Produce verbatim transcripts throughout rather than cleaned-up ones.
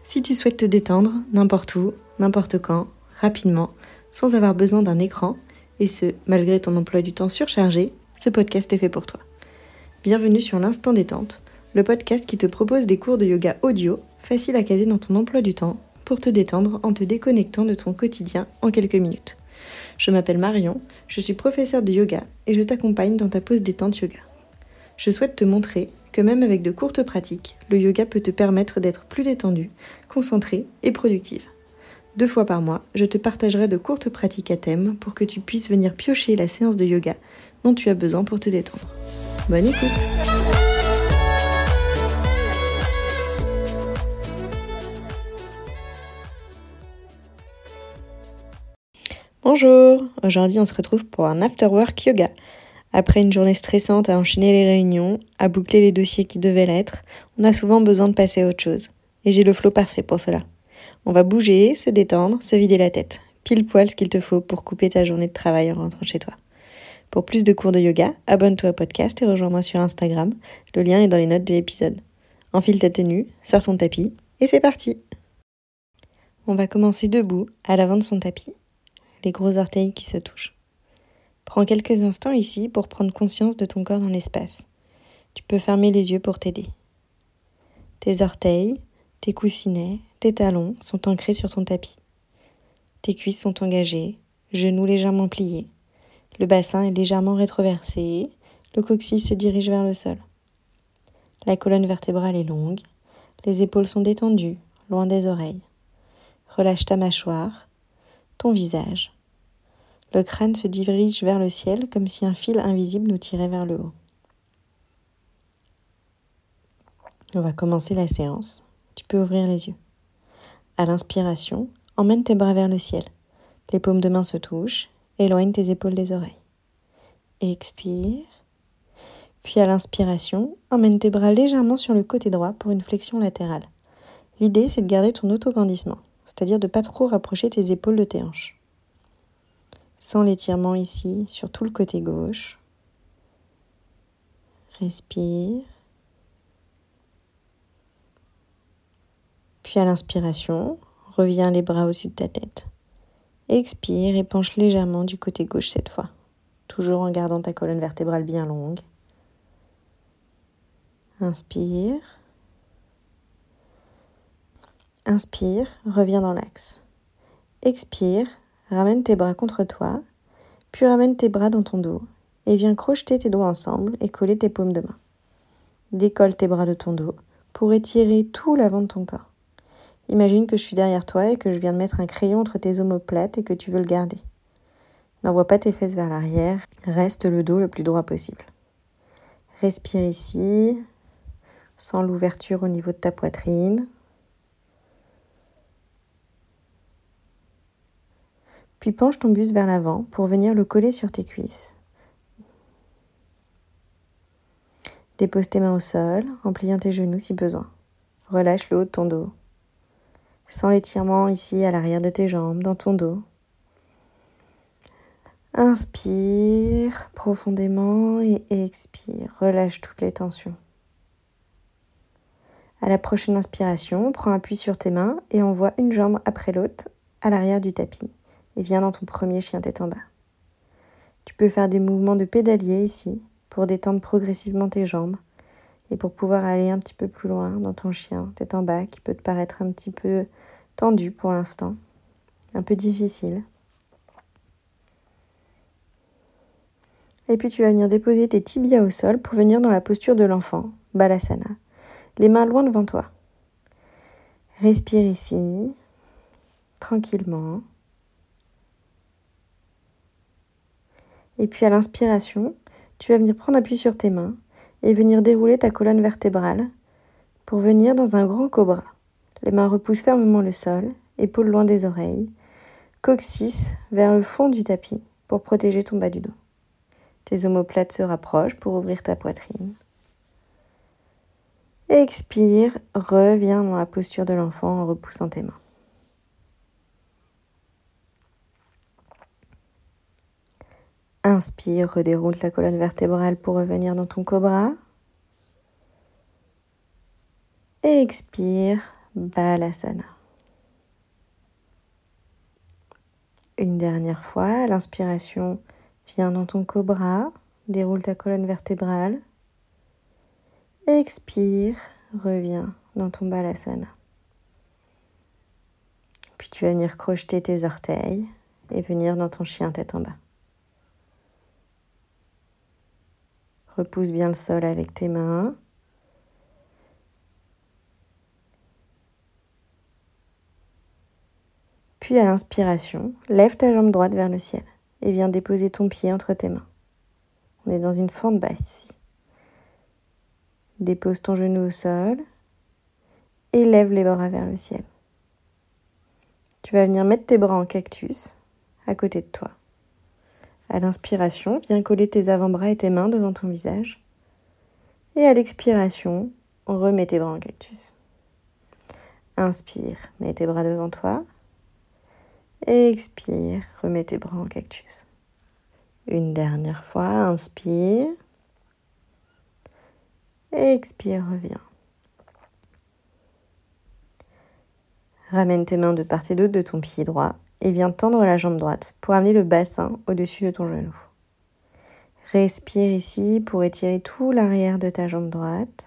Si tu souhaites te détendre, n'importe où, n'importe quand, rapidement, sans avoir besoin d'un écran, et ce, malgré ton emploi du temps surchargé, ce podcast est fait pour toi. Bienvenue sur l'Instant Détente, le podcast qui te propose des cours de yoga audio, faciles à caser dans ton emploi du temps, pour te détendre en te déconnectant de ton quotidien en quelques minutes. Je m'appelle Marion, je suis professeure de yoga et je t'accompagne dans ta pause détente yoga. Je souhaite te montrer que même avec de courtes pratiques, le yoga peut te permettre d'être plus détendu, concentré et productive. Deux fois par mois, je te partagerai de courtes pratiques à thème pour que tu puisses venir piocher la séance de yoga dont tu as besoin pour te détendre. Bonne écoute! Bonjour! Aujourd'hui, on se retrouve pour un after-work yoga. Après une journée stressante à enchaîner les réunions, à boucler les dossiers qui devaient l'être, on a souvent besoin de passer à autre chose. Et j'ai le flow parfait pour cela. On va bouger, se détendre, se vider la tête. Pile poil ce qu'il te faut pour couper ta journée de travail en rentrant chez toi. Pour plus de cours de yoga, abonne-toi au podcast et rejoins-moi sur Instagram. Le lien est dans les notes de l'épisode. Enfile ta tenue, sors ton tapis et c'est parti! On va commencer debout, à l'avant de son tapis. Les gros orteils qui se touchent. Prends quelques instants ici pour prendre conscience de ton corps dans l'espace. Tu peux fermer les yeux pour t'aider. Tes orteils, tes coussinets, tes talons sont ancrés sur ton tapis. Tes cuisses sont engagées, genoux légèrement pliés. Le bassin est légèrement rétroversé, le coccyx se dirige vers le sol. La colonne vertébrale est longue, les épaules sont détendues, loin des oreilles. Relâche ta mâchoire, ton visage. Le crâne se dirige vers le ciel comme si un fil invisible nous tirait vers le haut. On va commencer la séance. Tu peux ouvrir les yeux. À l'inspiration, emmène tes bras vers le ciel. Les paumes de main se touchent. Éloigne tes épaules des oreilles. Expire. Puis à l'inspiration, emmène tes bras légèrement sur le côté droit pour une flexion latérale. L'idée, c'est de garder ton autograndissement, c'est-à-dire de ne pas trop rapprocher tes épaules de tes hanches. Sens l'étirement ici sur tout le côté gauche. Respire. Puis à l'inspiration, reviens les bras au-dessus de ta tête. Expire et penche légèrement du côté gauche cette fois, toujours en gardant ta colonne vertébrale bien longue. Inspire. Inspire, reviens dans l'axe. Expire, ramène tes bras contre toi, puis ramène tes bras dans ton dos et viens crocheter tes doigts ensemble et coller tes paumes de main. Décolle tes bras de ton dos pour étirer tout l'avant de ton corps. Imagine que je suis derrière toi et que je viens de mettre un crayon entre tes omoplates et que tu veux le garder. N'envoie pas tes fesses vers l'arrière, reste le dos le plus droit possible. Respire ici, sens l'ouverture au niveau de ta poitrine. Puis penche ton buste vers l'avant pour venir le coller sur tes cuisses. Dépose tes mains au sol en pliant tes genoux si besoin. Relâche le haut de ton dos. Sens l'étirement ici à l'arrière de tes jambes, dans ton dos. Inspire profondément et expire. Relâche toutes les tensions. À la prochaine inspiration, prends appui sur tes mains et envoie une jambe après l'autre à l'arrière du tapis. Et viens dans ton premier chien tête en bas. Tu peux faire des mouvements de pédalier ici pour détendre progressivement tes jambes et pour pouvoir aller un petit peu plus loin dans ton chien tête en bas qui peut te paraître un petit peu tendu pour l'instant, un peu difficile. Et puis tu vas venir déposer tes tibias au sol pour venir dans la posture de l'enfant, Balasana. Les mains loin devant toi. Respire ici, tranquillement. Et puis à l'inspiration, tu vas venir prendre appui sur tes mains et venir dérouler ta colonne vertébrale pour venir dans un grand cobra. Les mains repoussent fermement le sol, épaules loin des oreilles, coccyx vers le fond du tapis pour protéger ton bas du dos. Tes omoplates se rapprochent pour ouvrir ta poitrine. Expire, reviens dans la posture de l'enfant en repoussant tes mains. Inspire, redéroule ta colonne vertébrale pour revenir dans ton cobra. Et expire, Balasana. Une dernière fois, à l'inspiration, viens dans ton cobra, déroule ta colonne vertébrale. Expire, reviens dans ton Balasana. Puis tu vas venir crocheter tes orteils et venir dans ton chien tête en bas. Repousse bien le sol avec tes mains. Puis à l'inspiration, lève ta jambe droite vers le ciel et viens déposer ton pied entre tes mains. On est dans une forme basse ici. Dépose ton genou au sol et lève les bras vers le ciel. Tu vas venir mettre tes bras en cactus à côté de toi. À l'inspiration, viens coller tes avant-bras et tes mains devant ton visage. Et à l'expiration, on remet tes bras en cactus. Inspire, mets tes bras devant toi. Et expire, remets tes bras en cactus. Une dernière fois, inspire. Et expire, reviens. Ramène tes mains de part et d'autre de ton pied droit et viens tendre la jambe droite pour amener le bassin au-dessus de ton genou. Respire ici pour étirer tout l'arrière de ta jambe droite.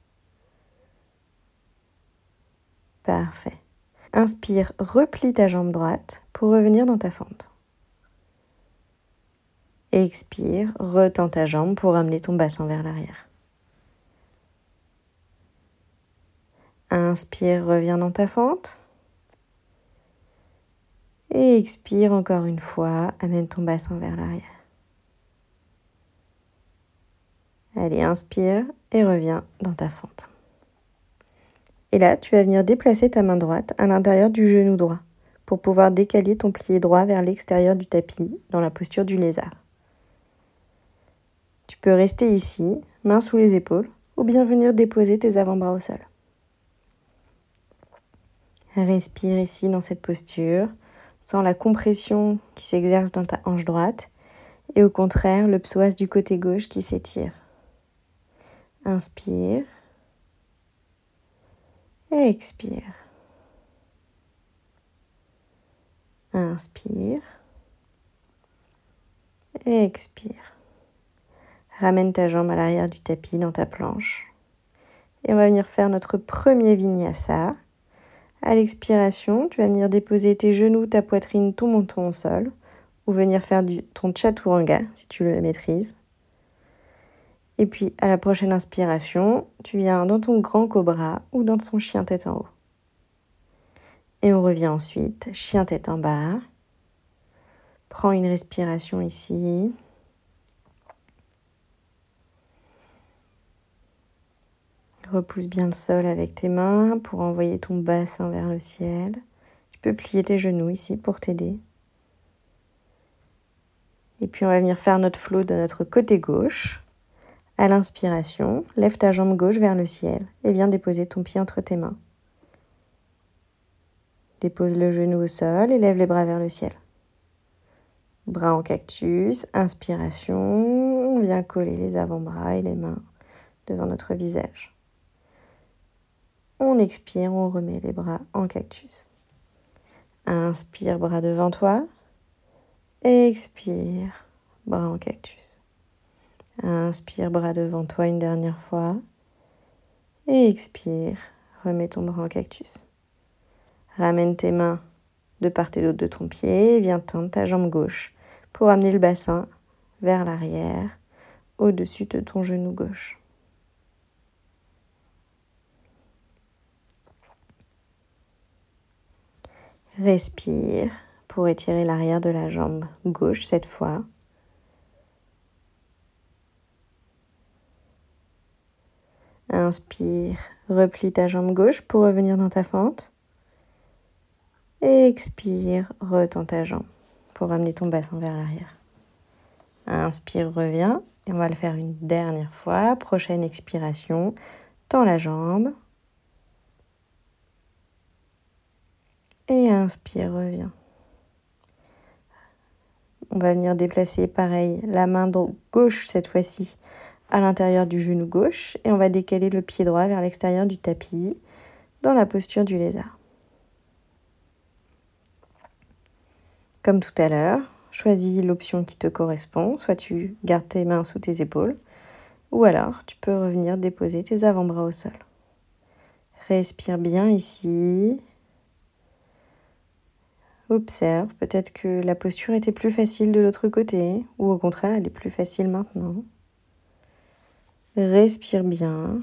Parfait. Inspire, replie ta jambe droite pour revenir dans ta fente. Expire, retends ta jambe pour ramener ton bassin vers l'arrière. Inspire, reviens dans ta fente. Et expire encore une fois, amène ton bassin vers l'arrière. Allez, inspire et reviens dans ta fente. Et là, tu vas venir déplacer ta main droite à l'intérieur du genou droit pour pouvoir décaler ton pied droit vers l'extérieur du tapis dans la posture du lézard. Tu peux rester ici, main sous les épaules, ou bien venir déposer tes avant-bras au sol. Respire ici dans cette posture, sans la compression qui s'exerce dans ta hanche droite, et au contraire, le psoas du côté gauche qui s'étire. Inspire. Et expire. Inspire. Et expire. Ramène ta jambe à l'arrière du tapis dans ta planche. Et on va venir faire notre premier vinyasa. À l'expiration, tu vas venir déposer tes genoux, ta poitrine, ton menton au sol. Ou venir faire du, ton chaturanga si tu le maîtrises. Et puis à la prochaine inspiration, tu viens dans ton grand cobra ou dans ton chien tête en haut. Et on revient ensuite, chien tête en bas. Prends une respiration ici. Repousse bien le sol avec tes mains pour envoyer ton bassin vers le ciel. Tu peux plier tes genoux ici pour t'aider. Et puis on va venir faire notre flow de notre côté gauche. À l'inspiration, lève ta jambe gauche vers le ciel et viens déposer ton pied entre tes mains. Dépose le genou au sol et lève les bras vers le ciel. Bras en cactus, inspiration, on vient coller les avant-bras et les mains devant notre visage. On expire, on remet les bras en cactus. Inspire, bras devant toi. Expire, bras en cactus. Inspire, bras devant toi une dernière fois. Et expire, remets ton bras en cactus. Ramène tes mains de part et d'autre de ton pied et viens tendre ta jambe gauche pour amener le bassin vers l'arrière, au-dessus de ton genou gauche. Respire pour étirer l'arrière de la jambe gauche cette fois. Inspire, replie ta jambe gauche pour revenir dans ta fente. Et expire, retends ta jambe pour ramener ton bassin vers l'arrière. Inspire, reviens. Et on va le faire une dernière fois. Prochaine expiration, tends la jambe. Et inspire, reviens. On va venir déplacer, pareil, la main gauche cette fois-ci à l'intérieur du genou gauche. Et on va décaler le pied droit vers l'extérieur du tapis. dans la posture du lézard. Comme tout à l'heure, choisis l'option qui te correspond, soit tu gardes tes mains sous tes épaules, ou alors tu peux revenir déposer tes avant-bras au sol. Respire bien ici. Observe, peut-être que la posture était plus facile de l'autre côté, ou au contraire, elle est plus facile maintenant. Respire bien.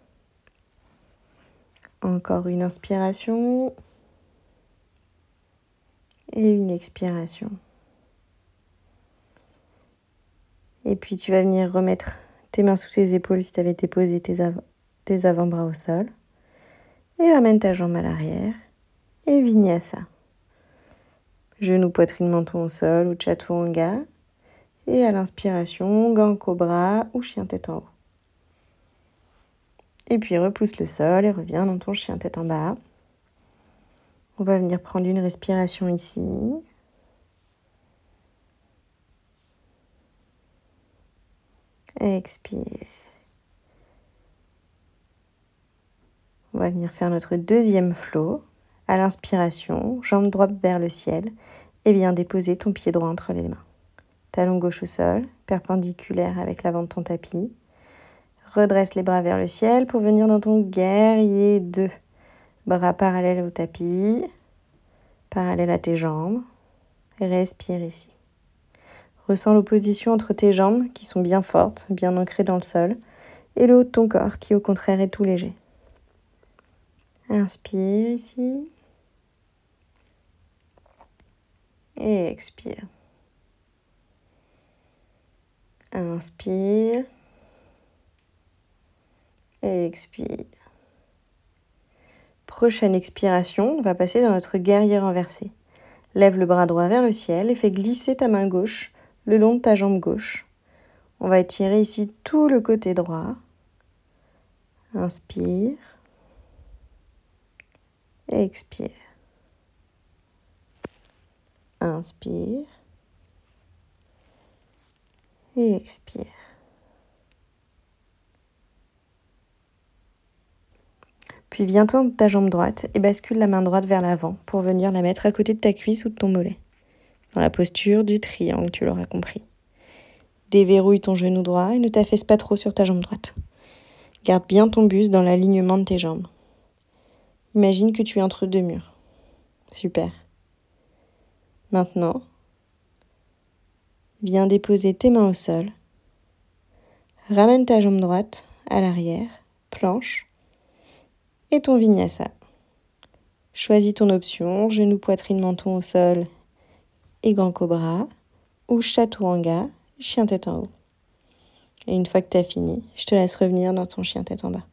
Encore une inspiration et une expiration. Et puis tu vas venir remettre tes mains sous tes épaules si tu avais déposé tes, av- tes avant-bras au sol. Et ramène ta jambe à l'arrière. Et Vinyasa. Genou, poitrine, menton au sol ou Chaturanga. Et à l'inspiration, Gant Cobra ou Chien tête en haut. Et puis repousse le sol et reviens dans ton chien tête en bas. On va venir prendre une respiration ici. Expire. On va venir faire notre deuxième flow. À l'inspiration, jambe droite vers le ciel et viens déposer ton pied droit entre les mains. Talon gauche au sol, perpendiculaire avec l'avant de ton tapis. Redresse les bras vers le ciel pour venir dans ton guerrier deux. Bras parallèles au tapis, parallèles à tes jambes. Respire ici. Ressens l'opposition entre tes jambes qui sont bien fortes, bien ancrées dans le sol, et le haut de ton corps qui au contraire est tout léger. Inspire ici. Et expire. Inspire. Et expire. Prochaine expiration, on va passer dans notre guerrier renversé. Lève le bras droit vers le ciel et fais glisser ta main gauche le long de ta jambe gauche. On va étirer ici tout le côté droit. Inspire. Et expire. Inspire. Et expire. Puis viens tendre ta jambe droite et bascule la main droite vers l'avant pour venir la mettre à côté de ta cuisse ou de ton mollet. Dans la posture du triangle, tu l'auras compris. Déverrouille ton genou droit et ne t'affaisse pas trop sur ta jambe droite. Garde bien ton buste dans l'alignement de tes jambes. Imagine que tu es entre deux murs. Super. Maintenant, viens déposer tes mains au sol. Ramène ta jambe droite à l'arrière, planche, et ton vinyasa. Choisis ton option, genou, poitrine, menton au sol et grand cobra, ou chaturanga, chien tête en haut. Et une fois que tu as fini, je te laisse revenir dans ton chien tête en bas.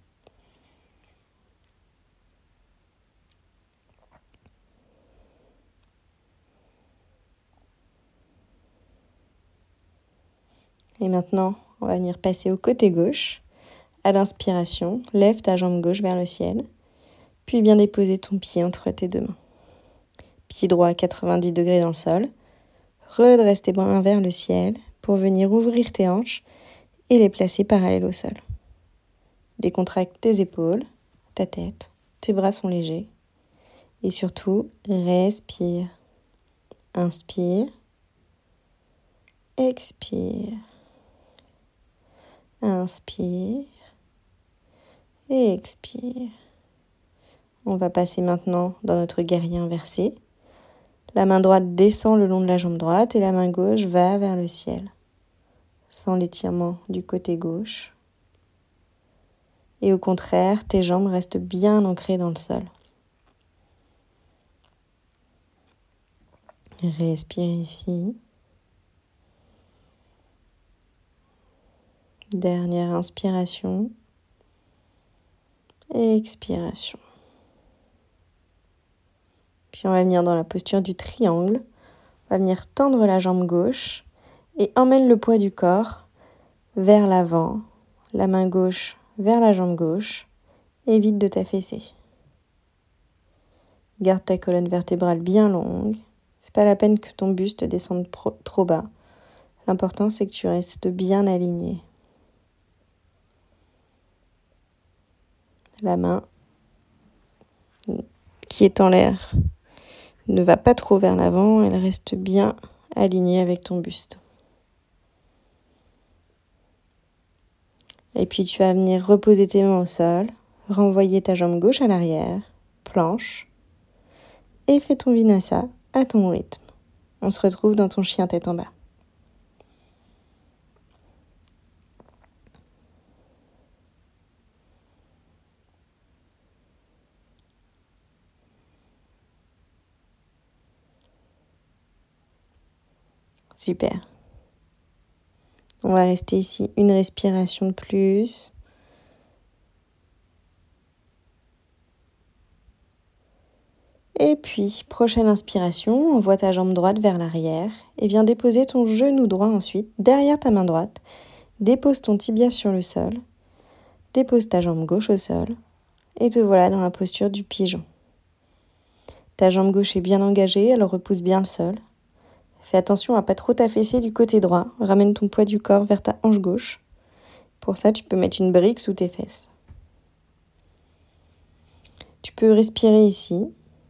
Et maintenant, on va venir passer au côté gauche. À l'inspiration, lève ta jambe gauche vers le ciel, puis viens déposer ton pied entre tes deux mains. Pied droit à quatre-vingt-dix degrés dans le sol. Redresse tes bras vers le ciel pour venir ouvrir tes hanches et les placer parallèles au sol. Décontracte tes épaules, ta tête, tes bras sont légers. Et surtout, respire. Inspire. Expire. Inspire. Et expire. On va passer maintenant dans notre guerrier inversé. La main droite descend le long de la jambe droite et la main gauche va vers le ciel. Sans l'étirement du côté gauche. Et au contraire, tes jambes restent bien ancrées dans le sol. Respire ici. Dernière inspiration. Et expiration. Puis on va venir dans la posture du triangle. On va venir tendre la jambe gauche et emmène le poids du corps vers l'avant. La main gauche vers la jambe gauche. Évite de t'affaisser. Garde ta colonne vertébrale bien longue. C'est pas la peine que ton buste descende pro- trop bas. L'important, c'est que tu restes bien aligné. La main qui est en l'air ne va pas trop vers l'avant, elle reste bien alignée avec ton buste. Et puis tu vas venir reposer tes mains au sol, renvoyer ta jambe gauche à l'arrière, planche, et fais ton vinyasa à ton rythme. On se retrouve dans ton chien tête en bas. Super. On va rester ici une respiration de plus. Et puis, prochaine inspiration, envoie ta jambe droite vers l'arrière et viens déposer ton genou droit ensuite derrière ta main droite. Dépose ton tibia sur le sol, dépose ta jambe gauche au sol et te voilà dans la posture du pigeon. Ta jambe gauche est bien engagée, elle repousse bien le sol. Fais attention à pas trop t'affaisser du côté droit, ramène ton poids du corps vers ta hanche gauche. Pour ça, tu peux mettre une brique sous tes fesses. Tu peux respirer ici.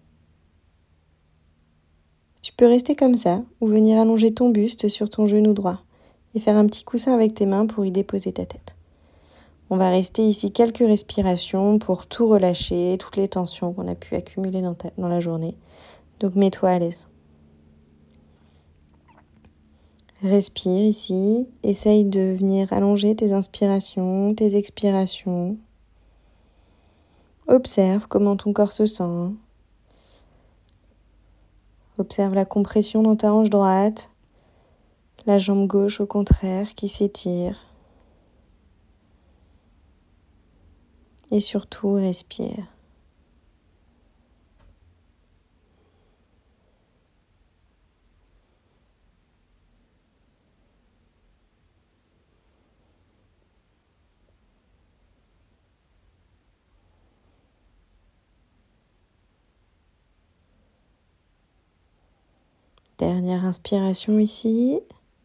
Tu peux rester comme ça ou venir allonger ton buste sur ton genou droit et faire un petit coussin avec tes mains pour y déposer ta tête. On va rester ici quelques respirations pour tout relâcher, toutes les tensions qu'on a pu accumuler dans, ta, dans la journée. Donc mets-toi à l'aise. Respire ici, essaye de venir allonger tes inspirations, tes expirations. Observe comment ton corps se sent. Observe la compression dans ta hanche droite, la jambe gauche au contraire qui s'étire. Et surtout, respire. Dernière inspiration ici.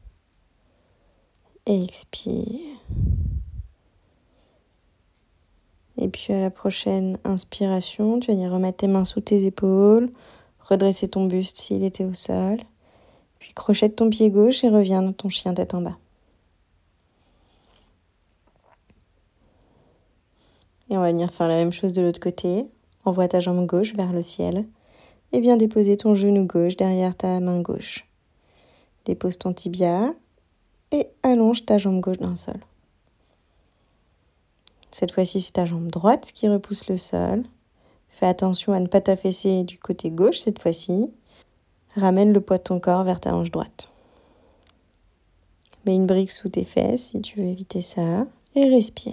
Et expire. Et puis à la prochaine inspiration, tu vas venir remettre tes mains sous tes épaules, redresser ton buste s'il était au sol, puis crochette ton pied gauche et reviens dans ton chien tête en bas. Et on va venir faire la même chose de l'autre côté. Envoie ta jambe gauche vers le ciel et viens déposer ton genou gauche derrière ta main gauche. Dépose ton tibia et allonge ta jambe gauche dans le sol. Cette fois-ci, c'est ta jambe droite qui repousse le sol. Fais attention à ne pas t'affaisser du côté gauche cette fois-ci. Ramène le poids de ton corps vers ta hanche droite. Mets une brique sous tes fesses si tu veux éviter ça. Et respire.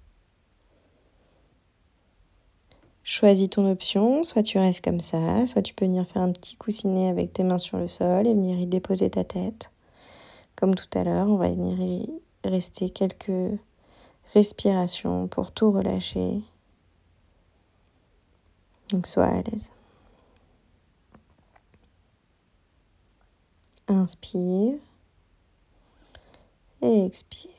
Choisis ton option. Soit tu restes comme ça, soit tu peux venir faire un petit coussinet avec tes mains sur le sol et venir y déposer ta tête. Comme tout à l'heure, on va venir y rester quelques respirations pour tout relâcher. Donc sois à l'aise. Inspire et expire.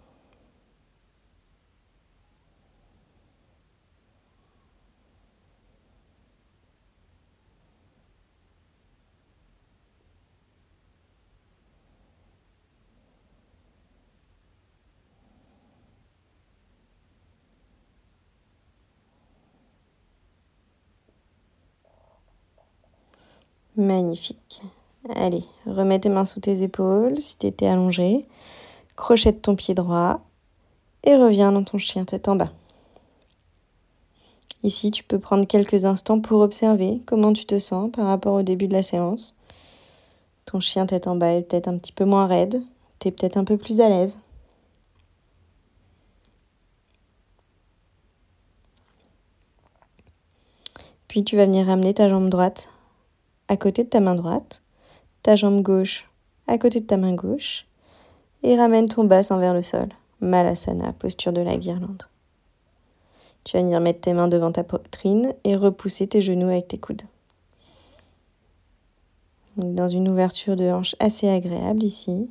Magnifique. Allez, remets tes mains sous tes épaules si tu étais allongé. Crochette ton pied droit et reviens dans ton chien tête en bas. Ici, tu peux prendre quelques instants pour observer comment tu te sens par rapport au début de la séance. Ton chien tête en bas est peut-être un petit peu moins raide. Tu es peut-être un peu plus à l'aise. Puis tu vas venir ramener ta jambe droite à côté de ta main droite, ta jambe gauche à côté de ta main gauche et ramène ton bassin vers le sol. Malasana, posture de la guirlande. Tu vas venir mettre tes mains devant ta poitrine et repousser tes genoux avec tes coudes. Donc dans une ouverture de hanche assez agréable ici.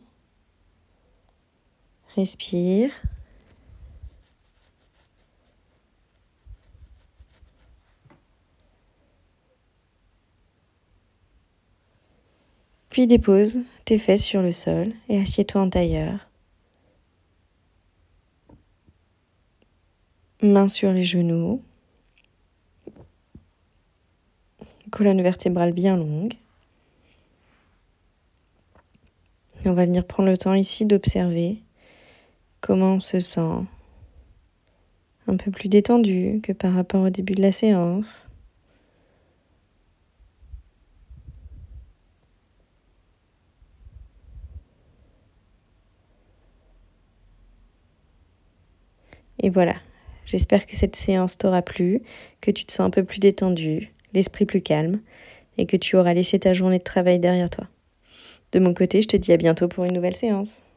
Respire. Puis dépose tes fesses sur le sol et assieds-toi en tailleur. Mains sur les genoux. Colonne vertébrale bien longue. Et on va venir prendre le temps ici d'observer comment on se sent. Un peu plus détendu que par rapport au début de la séance. Et voilà, j'espère que cette séance t'aura plu, que tu te sens un peu plus détendu, l'esprit plus calme, et que tu auras laissé ta journée de travail derrière toi. De mon côté, je te dis à bientôt pour une nouvelle séance.